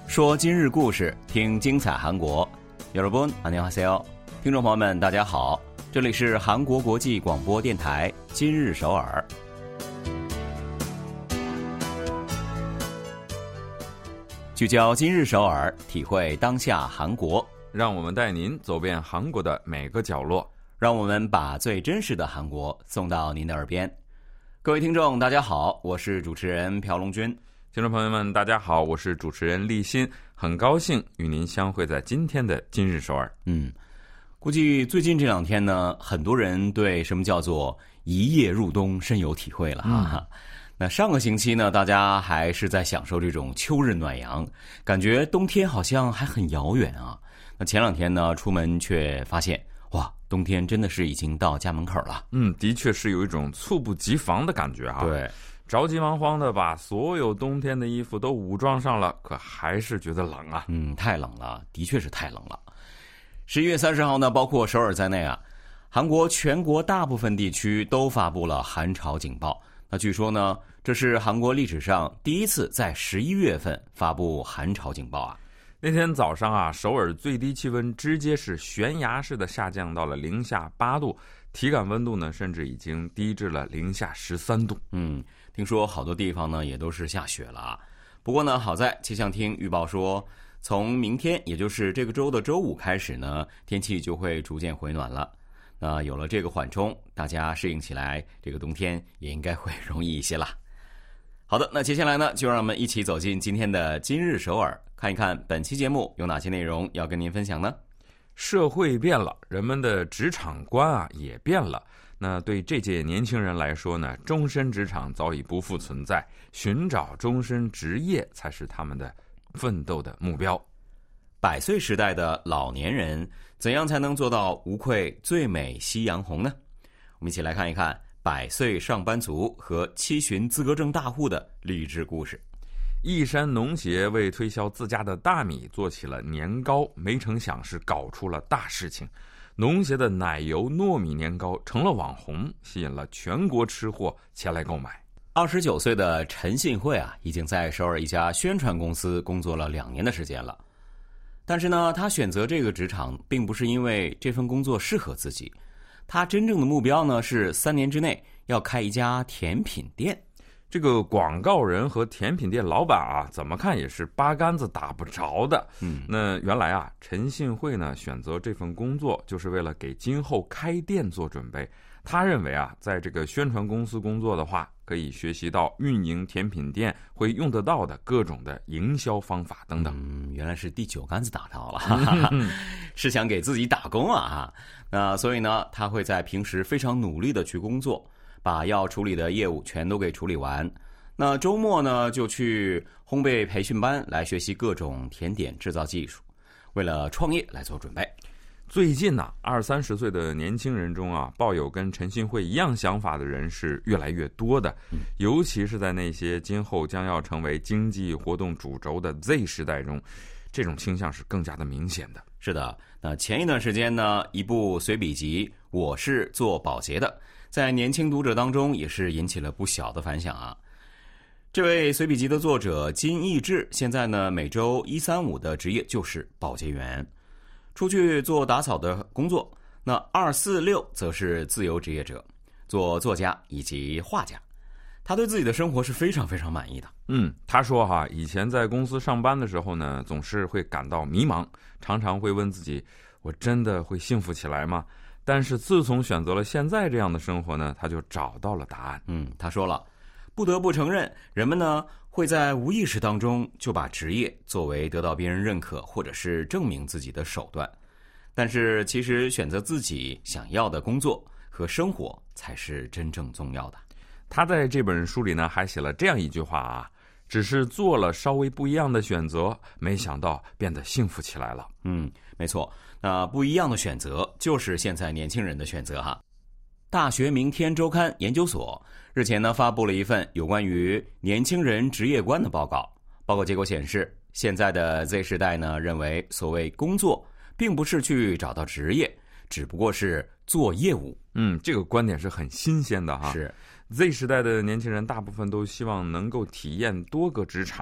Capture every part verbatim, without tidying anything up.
说今日故事，听精彩韩国。여러분 안녕하세요，听众朋友们，大家好，这里是韩国国际广播电台今日首尔。聚焦今日首尔，体会当下韩国， 让我们带您走遍韩国的每个角落， 让我们把最真实的韩国送到您的耳边。各位听众，大家好，我是主持人朴龙君。 听众朋友们，大家好，我是主持人立新，很高兴与您相会在今天的今日首尔。 嗯，估计最近这两天呢，很多人对什么叫做一夜入冬深有体会了哈。嗯、那上个星期呢，大家还是在享受这种秋日暖阳，感觉冬天好像还很遥远啊。那前两天呢，出门却发现，哇，冬天真的是已经到家门口了。 嗯，的确是有一种猝不及防的感觉哈。 对。 着急忙慌的把所有冬天的衣服都武装上了，可还是觉得冷啊。 嗯，太冷了，的确是太冷了。十一月三十号呢，包括首尔在内啊，韩国全国大部分地区都发布了寒潮警报。那据说呢，这是韩国历史上第一次在十一月份发布寒潮警报啊。 那天早上啊，首尔最低气温直接是悬崖式的下降到了零下八度，体感温度呢，甚至已经低至了零下十三度。 嗯。听说好多地方呢也都是下雪了啊，不过呢好在气象厅预报说，从明天也就是这个周的周五开始呢，天气就会逐渐回暖了。那有了这个缓冲，大家适应起来，这个冬天也应该会容易一些了。好的，那接下来呢就让我们一起走进今天的今日首尔，看一看本期节目有哪些内容要跟您分享呢？ 社会变了，人们的职场观啊也变了。那对这届年轻人来说呢，终身职场早已不复存在，寻找终身职业才是他们的奋斗的目标。 百岁时代的老年人怎样才能做到无愧最美夕阳红呢？我们一起来看一看百岁上班族和七旬资格证大户的励志故事。 益山农协为推销自家的大米做起了年糕，没成想是搞出了大事情。农协的奶油糯米年糕成了网红，吸引了全国吃货前来购买。 二十九岁的陈信惠啊，已经在首尔一家宣传公司工作了两年的时间了。但是呢，他选择这个职场并不是因为这份工作适合自己，他真正的目标呢是三年之内要开一家甜品店。 这个广告人和甜品店老板啊，怎么看也是八竿子打不着的。 嗯， 那原来啊，陈信惠呢选择这份工作，就是为了给今后开店做准备。他认为啊，在这个宣传公司工作的话，可以学习到运营甜品店会用得到的各种的营销方法等等。 嗯，原来是第九竿子打到了，哈哈是想给自己打工啊。那所以呢，他会在平时非常努力的去工作，把要处理的业务全都给处理完。那周末呢，就去烘焙培训班来学习各种甜点制造技术，为了创业来做准备。 最近呢、啊，二三十岁的年轻人中啊，抱有跟陈信惠一样想法的人是越来越多的， 嗯、 尤其是在那些今后将要成为经济活动主轴的 Z 时代中，这种倾向是更加的明显的。 是的，那前一段时间呢，一部随笔集《我是做保洁的》，在年轻读者当中也是引起了不小的反响啊。这位随笔集的作者金义志，现在呢每周一三五的职业就是保洁员，出去做打扫的工作。那二四六则是自由职业者，做作家以及画家。他对自己的生活是非常非常满意的。 嗯，他说哈，以前在公司上班的时候呢，总是会感到迷茫，常常会问自己，我真的会幸福起来吗？但是自从选择了现在这样的生活呢，他就找到了答案。 嗯，他说了，不得不承认，人们呢会在无意识当中就把职业作为得到别人认可或者是证明自己的手段，但是其实选择自己想要的工作和生活才是真正重要的。 他在这本书里呢还写了这样一句话啊，只是做了稍微不一样的选择，没想到变得幸福起来了。 嗯，没错，那不一样的选择就是现在年轻人的选择哈。大学明天周刊研究所日前呢发布了一份有关于年轻人职业观的报告。报告结果显示，现在的 Z 世代呢认为所谓工作并不是去找到职业，只不过是做业务。 嗯，这个观点是很新鲜的哈。 是 Z 时代的年轻人大部分都希望能够体验多个职场，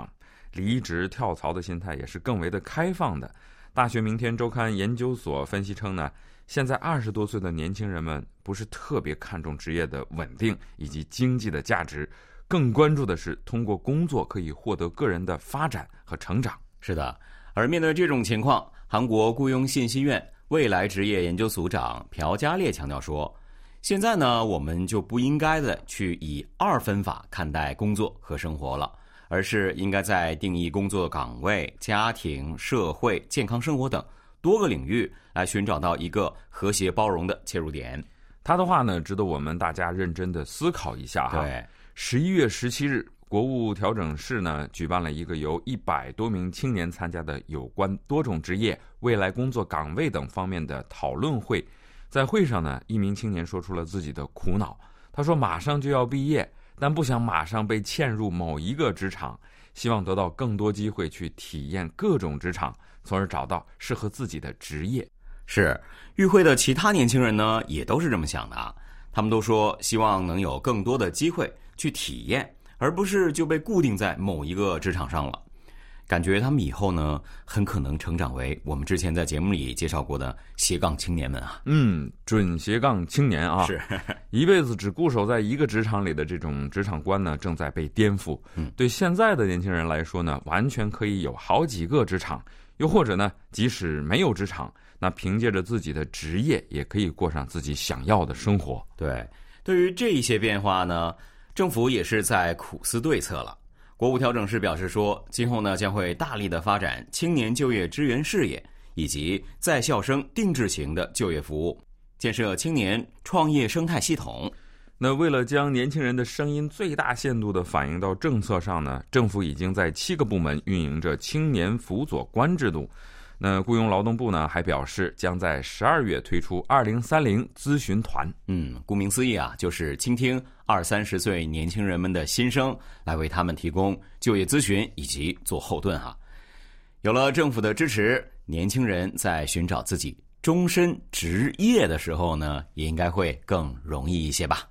离职跳槽的心态也是更为的开放的。大学明天周刊研究所分析称呢，现在二十多岁的年轻人们不是特别看重职业的稳定以及经济的价值，更关注的是通过工作可以获得个人的发展和成长。 是的，而面对这种情况，韩国雇佣信息院未来职业研究组长朴嘉烈强调说，现在呢，我们就不应该的去以二分法看待工作和生活了，而是应该在定义工作岗位、家庭、社会、健康生活等多个领域来寻找到一个和谐包容的切入点。 他的话呢，值得我们大家认真的思考一下哈。 对， 十一月十七日，国务调整室呢举办了一个由一百多名青年参加的有关多种职业、未来工作岗位等方面的讨论会。在会上呢，一名青年说出了自己的苦恼。他说，马上就要毕业，但不想马上被嵌入某一个职场，希望得到更多机会去体验各种职场，从而找到适合自己的职业。 是，与会的其他年轻人呢，也都是这么想的啊。他们都说希望能有更多的机会去体验，而不是就被固定在某一个职场上了。感觉他们以后呢，很可能成长为我们之前在节目里介绍过的斜杠青年们啊。 嗯，准斜杠青年啊， 是一辈子只固守在一个职场里的这种职场观呢，正在被颠覆。 嗯， 对现在的年轻人来说呢，完全可以有好几个职场，又或者呢，即使没有职场，那凭借着自己的职业，也可以过上自己想要的生活。 对，对于这一些变化呢，政府也是在苦思对策了。国务调整室表示说，今后呢将会大力的发展青年就业支援事业以及在校生定制型的就业服务，建设青年创业生态系统。 那为了将年轻人的声音最大限度地反映到政策上呢，政府已经在七个部门运营着青年辅佐官制度。那雇佣劳动部呢还表示，将在十二月推出二零三零咨询团。 嗯，顾名思义啊，就是倾听二三十岁年轻人们的心声，来为他们提供就业咨询以及做后盾哈。有了政府的支持，年轻人在寻找自己终身职业的时候呢，也应该会更容易一些吧。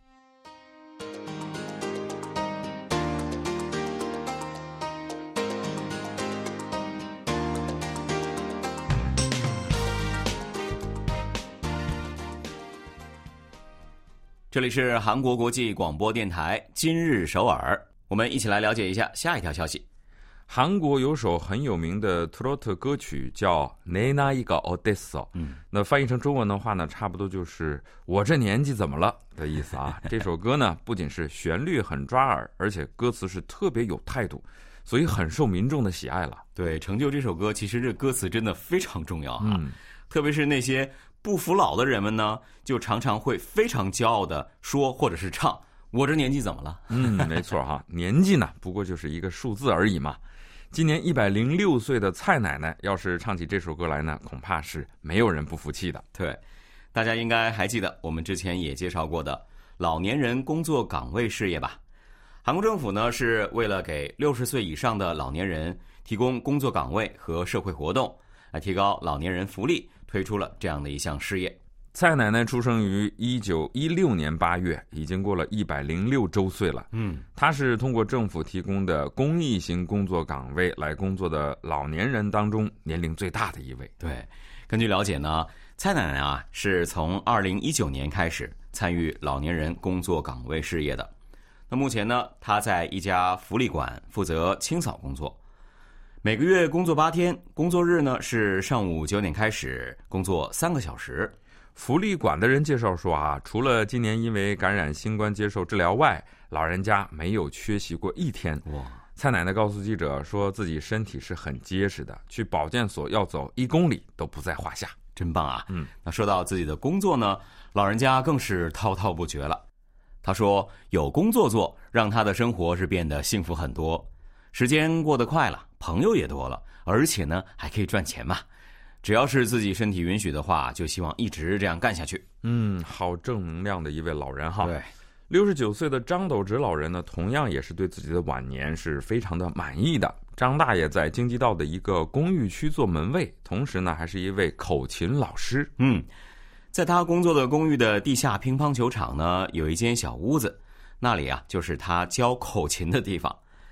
这里是韩国国际广播电台今日首尔，我们一起来了解一下下一条消息。 韩国有首很有名的트로트歌曲叫《내 나이가 어땠어》， 嗯， 那翻译成中文的话呢，差不多就是我这年纪怎么了的意思啊。这首歌呢，不仅是旋律很抓耳，而且歌词是特别有态度，所以很受民众的喜爱了。 对，成就这首歌，其实这歌词真的非常重要啊， 嗯， 特别是那些不服老的人们呢，就常常会非常骄傲的说或者是唱我这年纪怎么了。 嗯，没错哈，年纪呢不过就是一个数字而已嘛。今年一百零六岁的蔡奶奶要是唱起这首歌来呢，恐怕是没有人不服气的。 对，大家应该还记得我们之前也介绍过的老年人工作岗位事业吧。韩国政府呢是为了给六十岁以上的老年人提供工作岗位和社会活动，来提高老年人福利，推出了这样的一项事业。 蔡奶奶出生于一九一六年八月，已经过了一百零六周岁了。 嗯， 她是通过政府提供的公益型工作岗位来工作的老年人当中年龄最大的一位。 对，根据了解呢，蔡奶奶啊是从二零一九年开始参与老年人工作岗位事业的。那目前呢，她在一家福利馆负责清扫工作，每个月工作八天，工作日呢是上午九点开始，工作三个小时。 福利馆的人介绍说啊，除了今年因为感染新冠接受治疗外，老人家没有缺席过一天。 哇！ 蔡奶奶告诉记者说，自己身体是很结实的，去保健所要走一公里都不在话下。 真棒啊！ 嗯， 那说到自己的工作呢，老人家更是滔滔不绝了。他说，有工作做，让他的生活是变得幸福很多，时间过得快了，朋友也多了，而且呢还可以赚钱嘛。只要是自己身体允许的话，就希望一直这样干下去。 嗯，好正能量的一位老人哈。 对， 六十九岁的张斗直老人呢，同样也是对自己的晚年是非常的满意的。张大爷在京畿道的一个公寓区做门卫，同时呢还是一位口琴老师。 嗯，在他工作的公寓的地下乒乓球场呢，有一间小屋子，那里啊就是他教口琴的地方。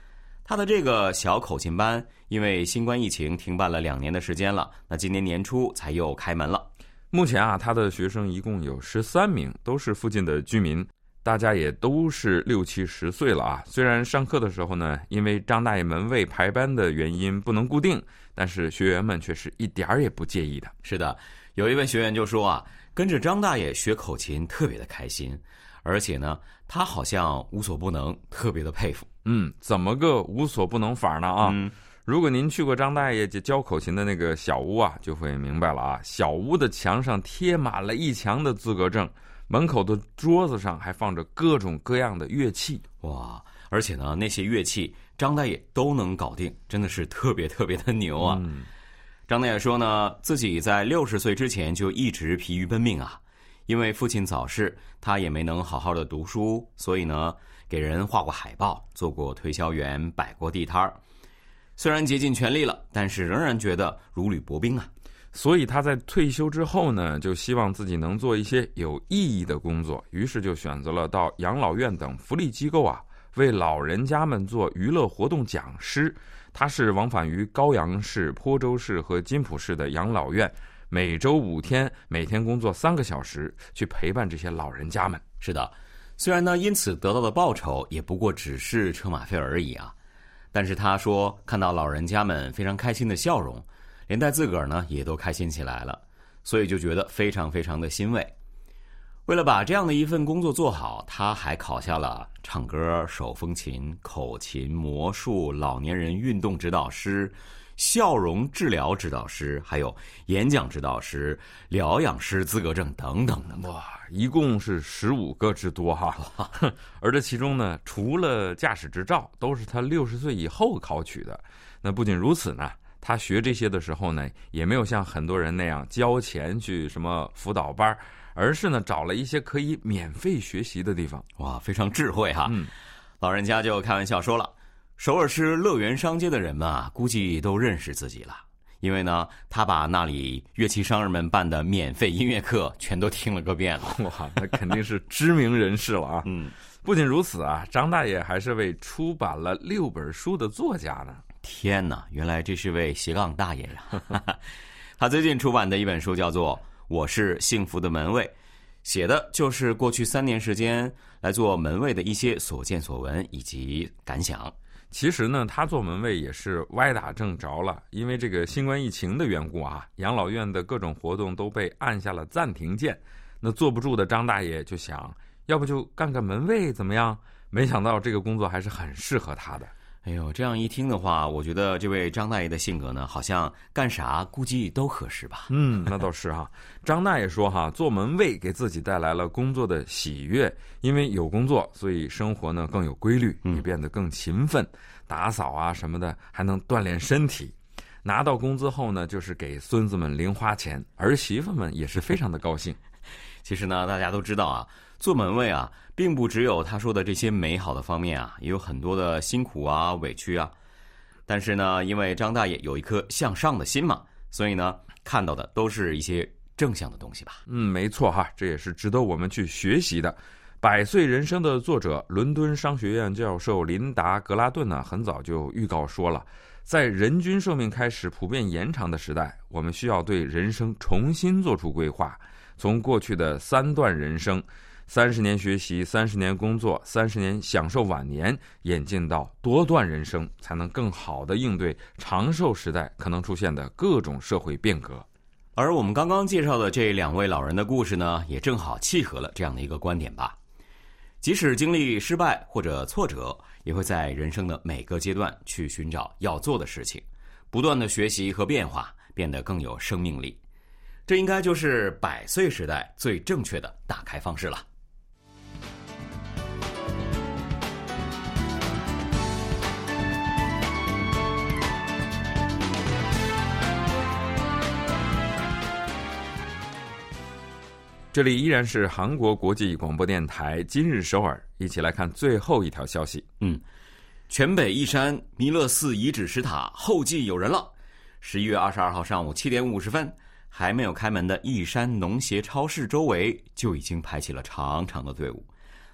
他的这个小口琴班因为新冠疫情停办了两年的时间了，那今年年初才又开门了。 目前啊，他的学生一共有十三名，都是附近的居民，大家也都是六七十岁了啊。虽然上课的时候呢，因为张大爷门卫排班的原因不能固定，但是学员们却是一点儿也不介意的。 是的，有一位学员就说啊，跟着张大爷学口琴特别的开心，而且呢，他好像无所不能，特别的佩服。 嗯，怎么个无所不能法呢啊？ 嗯， 如果您去过张大爷教口琴的那个小屋啊，就会明白了啊。小屋的墙上贴满了一墙的资格证，门口的桌子上还放着各种各样的乐器。 哇，而且呢，那些乐器张大爷都能搞定，真的是特别特别的牛啊。 嗯， 张大爷说呢，自己在六十岁之前就一直疲于奔命啊，因为父亲早逝，他也没能好好的读书，所以呢，给人画过海报，做过推销员，摆过地摊儿。虽然竭尽全力了，但是仍然觉得如履薄冰啊。 所以他在退休之后呢，就希望自己能做一些有意义的工作，于是就选择了到养老院等福利机构啊，为老人家们做娱乐活动讲师。他是往返于高阳市、鄱州市和金浦市的养老院，每周五天，每天工作三个小时，去陪伴这些老人家们。 是的，虽然呢，因此得到的报酬也不过只是车马费而已啊，但是他说看到老人家们非常开心的笑容，连带自个儿呢也都开心起来了，所以就觉得非常非常的欣慰。为了把这样的一份工作做好，他还考下了唱歌、手风琴、口琴、魔术、老年人运动指导师、笑容治疗指导师，还有演讲指导师、疗养师资格证等等的。 哇，一共是十五个之多哈！而这其中呢，除了驾驶执照，都是他六十岁以后考取的。那不仅如此呢，他学这些的时候呢，也没有像很多人那样交钱去什么辅导班，而是呢找了一些可以免费学习的地方。 哇，非常智慧哈！ 嗯， 老人家就开玩笑说了，首尔市乐园商街的人们啊，估计都认识自己了，因为呢，他把那里乐器商人们办的免费音乐课全都听了个遍了。 哇，那肯定是知名人士了啊！ 嗯， 不仅如此啊，张大爷还是位出版了六本书的作家呢。 天哪，原来这是位斜杠大爷呀！他最近出版的一本书叫做《我是幸福的门卫》，写的就是过去三年时间来做门卫的一些所见所闻以及感想。 其实呢，他做门卫也是歪打正着了，因为这个新冠疫情的缘故啊，养老院的各种活动都被按下了暂停键。那坐不住的张大爷就想，要不就干干门卫怎么样？没想到这个工作还是很适合他的。 哎呦，这样一听的话，我觉得这位张大爷的性格呢，好像干啥估计都合适吧。 嗯，那倒是哈。张大爷说哈，做门卫给自己带来了工作的喜悦，因为有工作，所以生活呢更有规律，也变得更勤奋，打扫啊什么的，还能锻炼身体。拿到工资后呢，就是给孙子们零花钱，儿媳妇们也是非常的高兴。 其实呢，大家都知道啊，做门卫啊，并不只有他说的这些美好的方面啊，也有很多的辛苦啊、委屈啊。但是呢，因为张大爷有一颗向上的心嘛，所以呢，看到的都是一些正向的东西吧。 嗯，没错哈，这也是值得我们去学习的。《百岁人生》的作者伦敦商学院教授琳达·格拉顿呢，很早就预告说了，在人均寿命开始普遍延长的时代，我们需要对人生重新做出规划。从过去的三段人生，三十年学习，三十年工作，三十年享受晚年，演进到多段人生，才能更好地应对长寿时代可能出现的各种社会变革。 而我们刚刚介绍的这两位老人的故事呢，也正好契合了这样的一个观点吧。即使经历失败或者挫折，也会在人生的每个阶段去寻找要做的事情，不断的学习和变化，变得更有生命力。这应该就是百岁时代最正确的打开方式了。 这里依然是韩国国际广播电台今日首尔，一起来看最后一条消息。 嗯，全北义山弥勒寺遗址石塔后继有人了。十一月二十二号上午七点五十分，还没有开门的义山农协超市周围就已经排起了长长的队伍。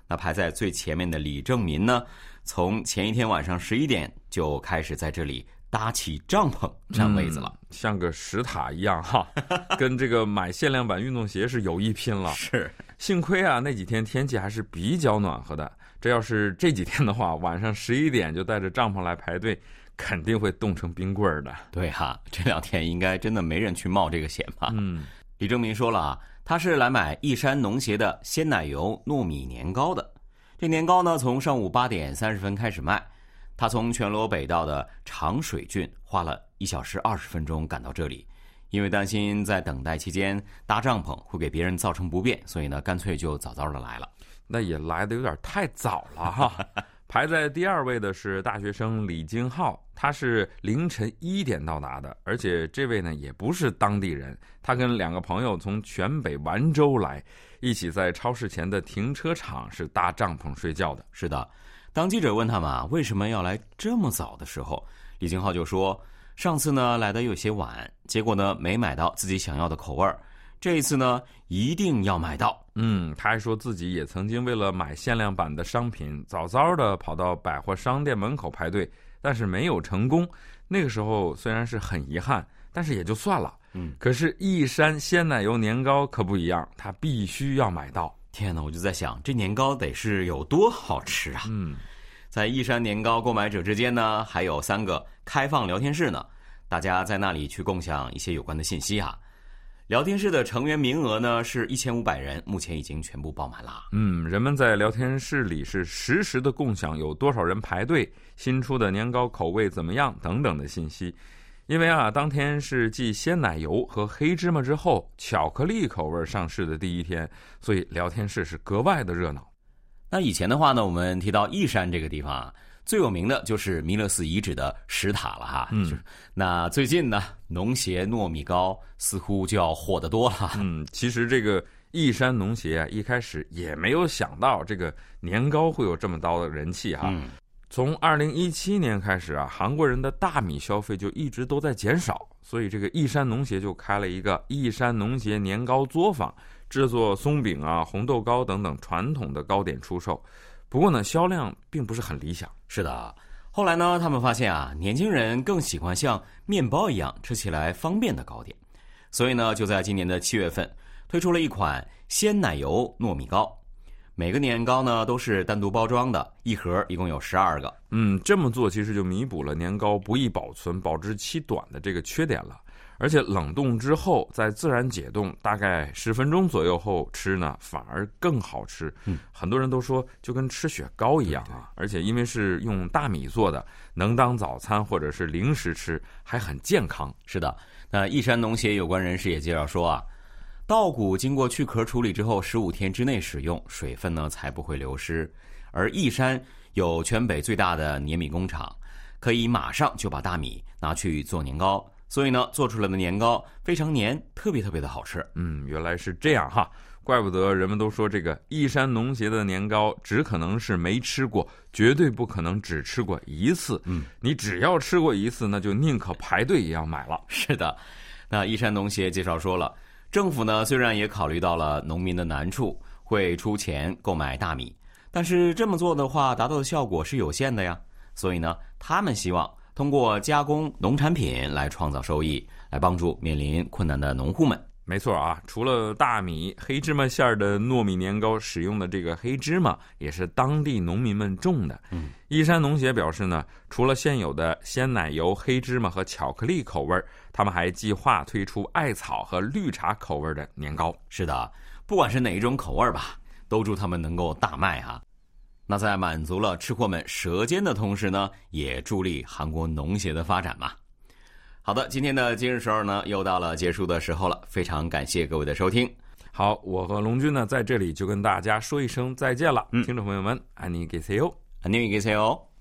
那排在最前面的李正民呢，从前一天晚上十一点就开始在这里搭起帐篷占位子了、 嗯、像个石塔一样哈，跟这个买限量版运动鞋是有一拼了。 是， 幸亏啊那几天天气还是比较暖和的，这要是这几天的话，晚上十一点就带着帐篷来排队，肯定会冻成冰棍的。 对哈、啊，这两天应该真的没人去冒这个险吧。 嗯， 李正民说了啊，他是来买益山农协的鲜奶油糯米年糕的。这年糕呢，从上午八点三十分开始卖。他从全罗北道的长水郡花了一小时二十分钟赶到这里，因为担心在等待期间搭帐篷会给别人造成不便，所以呢，干脆就早早的来了。 那也来得有点太早了哈。排在第二位的是大学生李金浩，他是凌晨一点到达的，而且这位呢也不是当地人，他跟两个朋友从全北完州来，一起在超市前的停车场是搭帐篷睡觉的。 是的，当记者问他们啊为什么要来这么早的时候，李金浩就说，上次呢来的有些晚，结果呢没买到自己想要的口味，这一次呢一定要买到。 嗯，他还说自己也曾经为了买限量版的商品，早早的跑到百货商店门口排队，但是没有成功。那个时候虽然是很遗憾，但是也就算了。 嗯， 可是益山鲜奶油年糕可不一样，他必须要买到。 天哪，我就在想，这年糕得是有多好吃啊！ 嗯， 在益山年糕购买者之间呢，还有三个开放聊天室呢，大家在那里去共享一些有关的信息啊。聊天室的成员名额呢是一千五百人，目前已经全部爆满了。 嗯，人们在聊天室里是实时的共享有多少人排队，新出的年糕口味怎么样等等的信息。因为啊，当天是继鲜奶油和黑芝麻之后，巧克力口味上市的第一天，所以聊天室是格外的热闹。 那以前的话呢，我们提到益山这个地方啊，最有名的就是弥勒寺遗址的石塔了哈。 嗯， 那最近呢，农协糯米糕似乎就要火得多了。 嗯，其实这个益山农协啊，一开始也没有想到这个年糕会有这么高的人气哈。 嗯， 从二零一七年开始啊，韩国人的大米消费就一直都在减少，所以这个益山农协就开了一个益山农协年糕作坊，制作松饼啊、红豆糕等等传统的糕点出售。不过呢，销量并不是很理想。 是的，后来呢，他们发现啊，年轻人更喜欢像面包一样吃起来方便的糕点，所以呢，就在今年的七月份推出了一款鲜奶油糯米糕。每个年糕呢都是单独包装的，一盒一共有十二个。 嗯，这么做其实就弥补了年糕不易保存、保质期短的这个缺点了。而且冷冻之后再自然解冻，大概十分钟左右后吃呢，反而更好吃。 嗯， 很多人都说就跟吃雪糕一样啊。而且因为是用大米做的，能当早餐或者是零食吃，还很健康。 是的，那益山农协有关人士也介绍说啊，稻谷经过去壳处理之后，十五天之内使用，水分呢才不会流失。而益山有全北最大的碾米工厂，可以马上就把大米拿去做年糕。所以呢，做出来的年糕非常黏，特别特别的好吃。 嗯，原来是这样哈，怪不得人们都说这个益山农协的年糕只可能是没吃过，绝对不可能只吃过一次。 嗯， 你只要吃过一次，那就宁可排队也要买了。 是的，那益山农协介绍说了，政府呢虽然也考虑到了农民的难处，会出钱购买大米，但是这么做的话，达到的效果是有限的呀。所以呢，他们希望通过加工农产品来创造收益，来帮助面临困难的农户们。 没错啊，除了大米，黑芝麻馅儿的糯米年糕使用的这个黑芝麻也是当地农民们种的。 嗯， 益山农协表示呢，除了现有的鲜奶油、黑芝麻和巧克力口味，他们还计划推出艾草和绿茶口味的年糕。 是的，不管是哪一种口味吧，都祝他们能够大卖哈。那在满足了吃货们舌尖的同时呢，也助力韩国农协的发展嘛。好的，今天的今日首尔呢，又到了结束的时候了，非常感谢各位的收听。 好，我和龙军呢，在这里就跟大家说一声再见了。 嗯， 听众朋友们，안녕히 계세요。 안녕히 계세요。